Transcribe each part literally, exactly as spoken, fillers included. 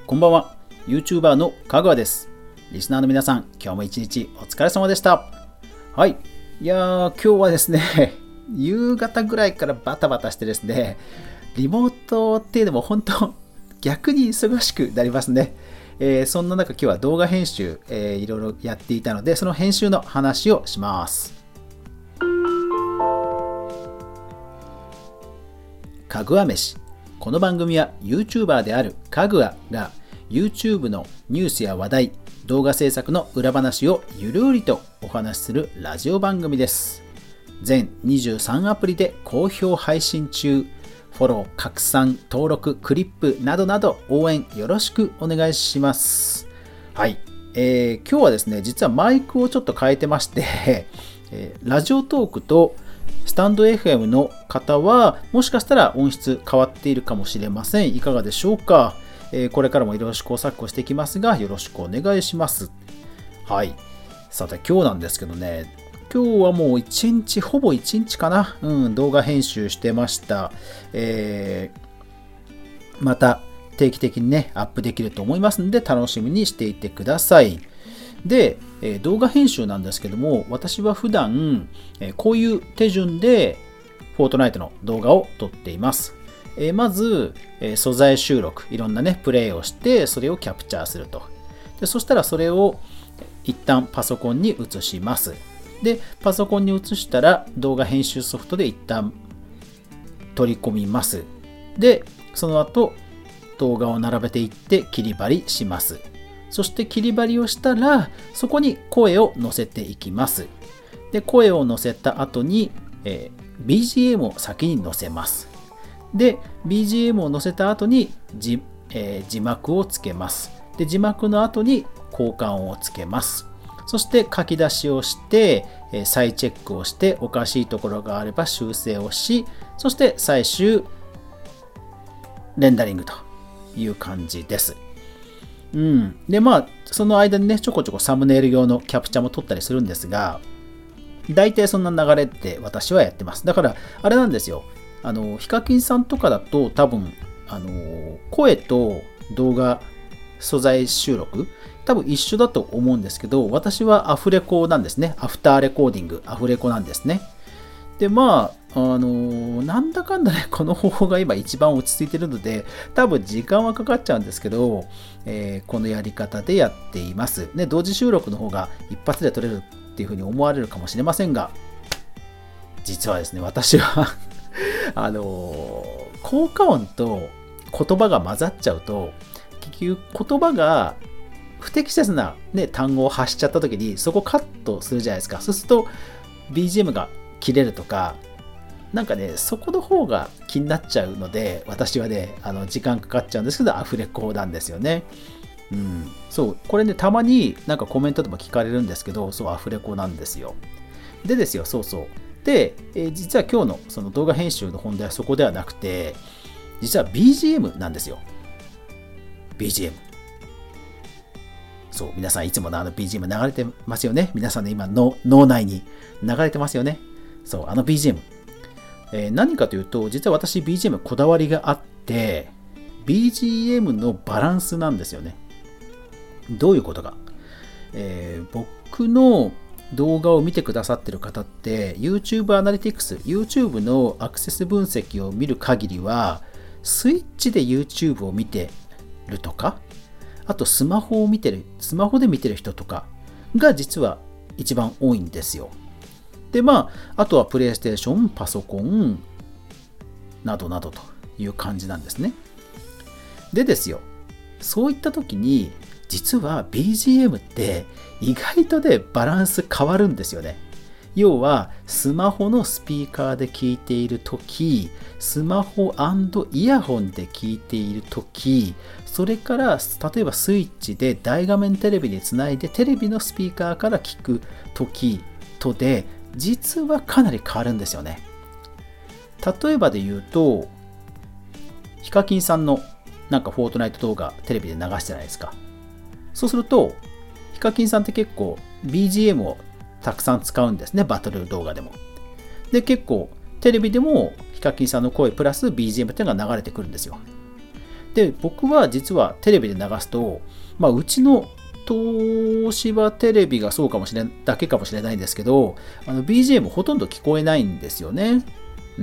こんばんは。YouTuber のかぐわです。リスナーの皆さん、今日も一日お疲れ様でした。はい。いやー、今日はですね、夕方ぐらいからバタバタしてですね、リモートっていうのも本当、逆に忙しくなりますね。えー、そんな中、今日は動画編集、えー、いろいろやっていたので、その編集の話をします。かぐわ飯。この番組は YouTuber であるかぐわが YouTube のニュースや話題、動画制作の裏話をゆるりとお話しするラジオ番組です。全にじゅうさんアプリで好評配信中。フォロー、拡散、登録、クリップなどなど応援よろしくお願いします。はい、えー、今日はですね、実はマイクをちょっと変えてまして、えー、ラジオトークとスタンド エフエム の方はもしかしたら音質変わっているかもしれません。いかがでしょうか。えー、これからもいろいろ試行錯誤していきますが、よろしくお願いします。はい。さて今日なんですけどね、今日はもう一日、ほぼ一日かな、うん、動画編集してました。えー、また定期的にね、アップできると思いますので、楽しみにしていてください。で、えー、動画編集なんですけども、私は普段、えー、こういう手順でフォートナイトの動画を撮っています。えー、まず、えー、素材収録、いろんなね、プレイをして、それをキャプチャーすると。で、そしたらそれを一旦パソコンに移します。で、パソコンに移したら動画編集ソフトで一旦取り込みます。で、その後動画を並べていって切り張りします。そして切り張りをしたらそこに声を乗せていきます。で、声を乗せた後に、えー、ビージーエム を先に載せます。で、ビージーエム を載せた後に 字,、えー、字幕をつけます。で、字幕の後に効果音をつけます。そして書き出しをして、再チェックをして、おかしいところがあれば修正をし、そして最終レンダリングという感じです。うん。で、まあ、その間にね、ちょこちょこサムネイル用のキャプチャも撮ったりするんですが、大体そんな流れって私はやってます。だから、あれなんですよ。あの、ヒカキンさんとかだと多分、あの、声と動画素材収録多分一緒だと思うんですけど、私はアフレコなんですね。アフターレコーディング、アフレコなんですね。で、まあ、あのー、なんだかんだね、この方法が今一番落ち着いてるので、多分時間はかかっちゃうんですけど、えー、このやり方でやっています。ね、同時収録の方が一発で撮れるっていうふうに思われるかもしれませんが、実はですね、私はあのー、効果音と言葉が混ざっちゃうと、結局言葉が不適切な、ね、単語を発しちゃった時にそこカットするじゃないですか。そうすると ビージーエム が切れるとか、なんかね、そこの方が気になっちゃうので、私はね、あの時間かかっちゃうんですけど、アフレコなんですよね。うん、そう、これね、たまになんかコメントでも聞かれるんですけど、そう、アフレコなんですよ。でですよ、そうそう。で、えー、実は今日のその動画編集の本題はそこではなくて、実は ビージーエム なんですよ。ビージーエム。そう、皆さんいつものあの ビージーエム 流れてますよね。皆さんね、今の脳内に流れてますよね。そう、あの ビージーエム。えー、何かというと、実は私 ビージーエム こだわりがあって、ビージーエム のバランスなんですよね。どういうことか。えー、僕の動画を見てくださってる方って、YouTube アナリティクス、YouTube のアクセス分析を見る限りは、スイッチで YouTube を見てるとか、あとスマホを見てる、スマホで見てる人とかが実は一番多いんですよ。で、まあ、あとはプレイステーション、パソコンなどなどという感じなんですね。でですよ、そういった時に実は ビージーエム って意外とね、バランス変わるんですよね。要はスマホのスピーカーで聞いているとき、スマホ&イヤホンで聞いているとき、それから例えばスイッチで大画面テレビにつないでテレビのスピーカーから聞くときとで、実はかなり変わるんですよね。例えばで言うと、ヒカキンさんのなんかフォートナイト動画テレビで流してないですか。そうすると、ヒカキンさんって結構 ビージーエム をたくさん使うんですね、バトル動画でも。で、結構テレビでもヒカキンさんの声プラス ビージーエム っていうのが流れてくるんですよ。 で、僕は実はテレビで流すと、まあ、うちの東芝テレビがそうかもしれんだけかもしれないんですけど、あの ビージーエム ほとんど聞こえないんですよね。うん。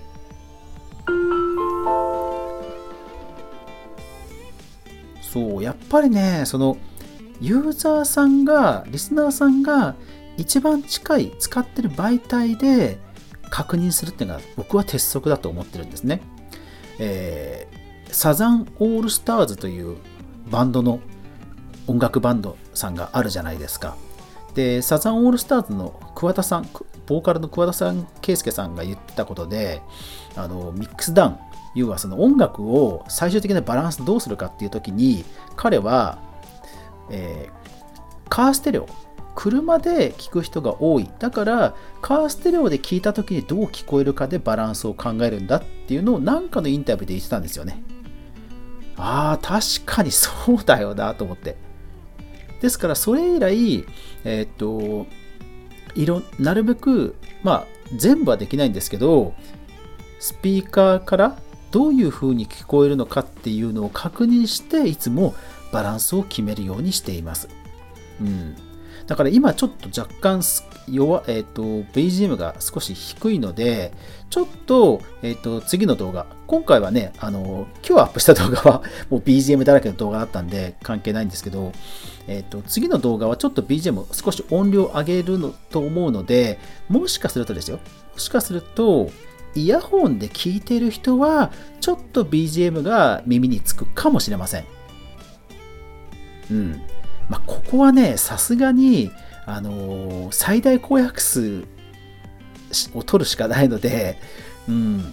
そう、やっぱりね、そのユーザーさんが、リスナーさんが一番近い使ってる媒体で確認するっていうのが僕は鉄則だと思ってるんですね。えー、サザンオールスターズというバンドの音楽バンドさんがあるじゃないですか。で、サザンオールスターズの桑田さん、ボーカルの桑田さん、圭介さんが言ってたことで、あのミックスダウン、要はその音楽を最終的なバランスどうするかっていう時に、彼は、えー、カーステレオ、車で聴く人が多い。だから、カーステレオで聴いた時にどう聞こえるかでバランスを考えるんだっていうのを何かのインタビューで言ってたんですよね。ああ、確かにそうだよなと思って。ですから、それ以来、えー、っと、いろ、なるべく、まあ、全部はできないんですけど、スピーカーからどういう風に聞こえるのかっていうのを確認して、いつもバランスを決めるようにしています。うん。だから今ちょっと若干弱、えー、と ビージーエム が少し低いので、ちょっと、えー、と次の動画、今回はね、あの今日アップした動画はもう ビージーエム だらけの動画だったんで関係ないんですけど、えー、と次の動画はちょっと ビージーエム 少し音量上げるのと思うので、もしかするとですよ、もしかするとイヤホンで聞いている人はちょっと ビージーエム が耳につくかもしれません。うん。まあ、ここはね、さすがに、あのー、最大公約数を取るしかないので、うん、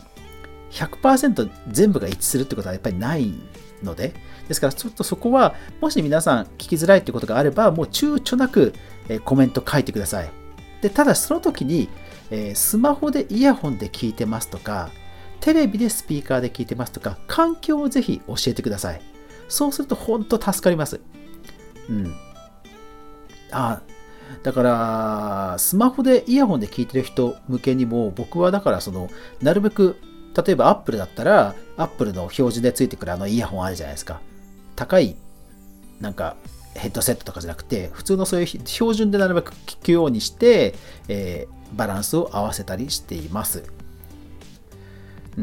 ひゃくパーセント 全部が一致するってことはやっぱりないので、ですからちょっとそこは、もし皆さん聞きづらいってことがあれば、もう躊躇なくコメント書いてください。で、ただその時に、えー、スマホでイヤホンで聞いてますとか、テレビでスピーカーで聞いてますとか、環境をぜひ教えてください。そうすると本当助かります。うん、あだからスマホでイヤホンで聞いてる人向けにも、僕はだからそのなるべく、例えば Apple だったら Apple の表示でついてくるあのイヤホンあるじゃないですか。高いなんかヘッドセットとかじゃなくて、普通のそういう標準でなるべく聞くようにして、えー、バランスを合わせたりしています。うん、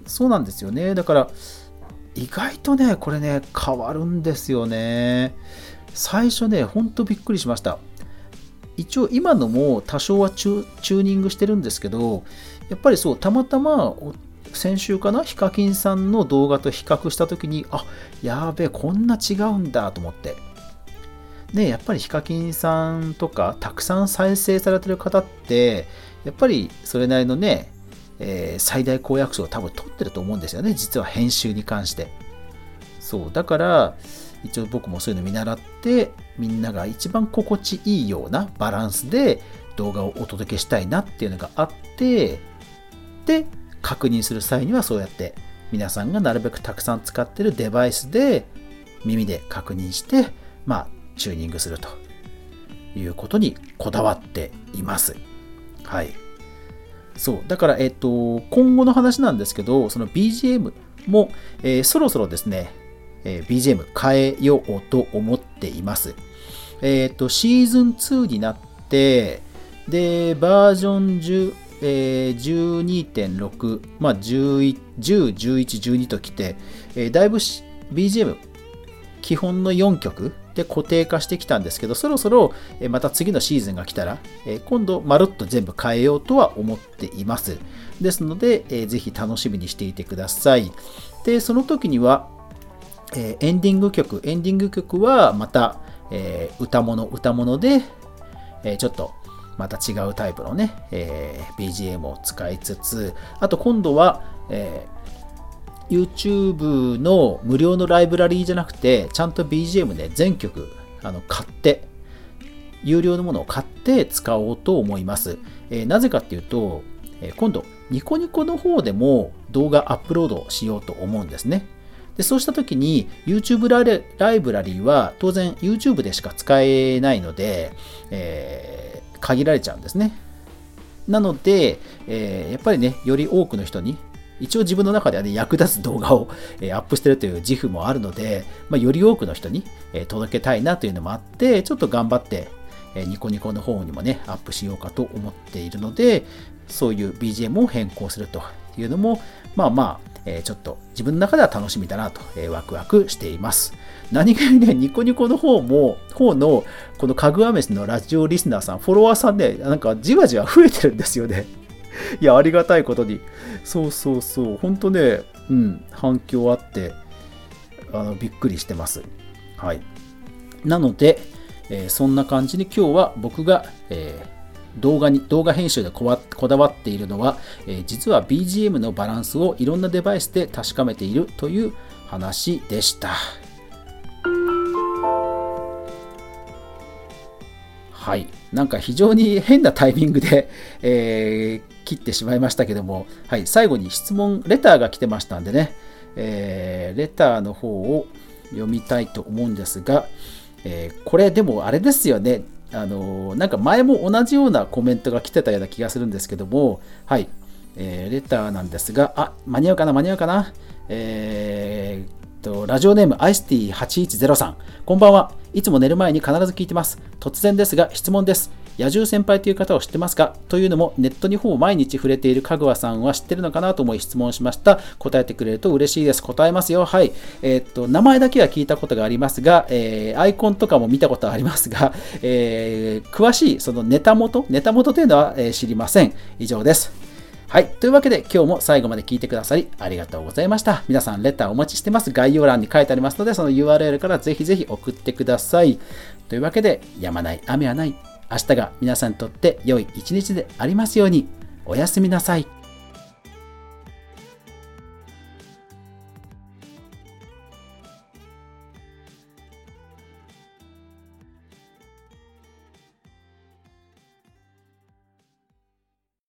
そうなんですよね。だから意外とね、これね変わるんですよね。最初ね、ほんとびっくりしました。一応今のも多少はチューニングしてるんですけど、やっぱりそう、たまたま先週かな、ヒカキンさんの動画と比較したときに、あ、やべえ、こんな違うんだと思って。ね、やっぱりヒカキンさんとか、たくさん再生されてる方って、やっぱりそれなりのね、えー、最大公約数を多分取ってると思うんですよね、実は編集に関して。そう、だから、一応僕もそういうの見習って、みんなが一番心地いいようなバランスで動画をお届けしたいなっていうのがあって、で、確認する際にはそうやって皆さんがなるべくたくさん使ってるデバイスで耳で確認して、まあ、チューニングするということにこだわっています。はい。そう。だから、えっと、今後の話なんですけど、その ビージーエム も、えー、そろそろですね、えー、ビージーエム 変えようと思っています。えっと、シーズンツーになって、で、バージョンじゅう、えー、じゅうにてんろく、まあ、じゅう、じゅう、じゅういち、じゅうにときて、えー、だいぶ ビージーエム 基本のよんきょくで固定化してきたんですけど、そろそろまた次のシーズンが来たら、今度まるっと全部変えようとは思っています。ですので、ぜひ楽しみにしていてください。で、その時には、エンディング曲、エンディング曲はまた、歌物、歌物で、ちょっとまた違うタイプのね、ビージーエム を使いつつ、あと今度は、YouTube の無料のライブラリーじゃなくて、ちゃんと ビージーエム で全曲あの買って、有料のものを買って使おうと思います。えー、なぜかっていうと、えー、今度、ニコニコの方でも動画アップロードしようと思うんですね。でそうしたときに YouTube ライブラリーは当然 YouTube でしか使えないので、えー、限られちゃうんですね。なので、えー、やっぱりね、より多くの人に一応自分の中ではね、役立つ動画を、えー、アップしてるという自負もあるので、まあ、より多くの人に、えー、届けたいなというのもあって、ちょっと頑張って、えー、ニコニコの方にもね、アップしようかと思っているので、そういう ビージーエム を変更するというのも、まあまあ、えー、ちょっと自分の中では楽しみだなと、えー、ワクワクしています。何気にね、ニコニコの方も、方のこのかぐわ飯のラジオリスナーさん、フォロワーさんね、なんかじわじわ増えてるんですよね。いや、ありがたいことに。そうそうそう、ほんとね、うん、反響あって、あのびっくりしてます。はい。なので、えー、そんな感じに今日は僕が、えー動画に、動画編集でこわこだわっているのは、えー、実は ビージーエム のバランスをいろんなデバイスで確かめているという話でした。はい。なんか非常に変なタイミングで、えー、切ってしまいましたけども、はい。最後に質問、レターが来てましたんでね、えー、レターの方を読みたいと思うんですが、えー、これでもあれですよね。あのなんか前も同じようなコメントが来てたような気がするんですけども、はい、えー、レターなんですが、あ、間に合うかな、間に合うかな。えー、と、ラジオネームアイスティーはちいちゼロさん、こんばんは。いつも寝る前に必ず聞いてます。突然ですが質問です。野獣先輩という方を知ってますか？というのも、ネットにほぼ毎日触れているかぐわさんは知ってるのかなと思い質問しました。答えてくれると嬉しいです。答えますよ。はい。えー、っと、名前だけは聞いたことがありますが、えー、アイコンとかも見たことありますが、えー、詳しいそのネタ元、ネタ元というのは、えー、知りません。以上です。はい。というわけで、今日も最後まで聞いてくださりありがとうございました。皆さん、レターお待ちしてます。概要欄に書いてありますので、その ユーアールエル からぜひぜひ送ってください。というわけで、やまない、雨はない。明日が皆さんにとって良い一日でありますように。おやすみなさい。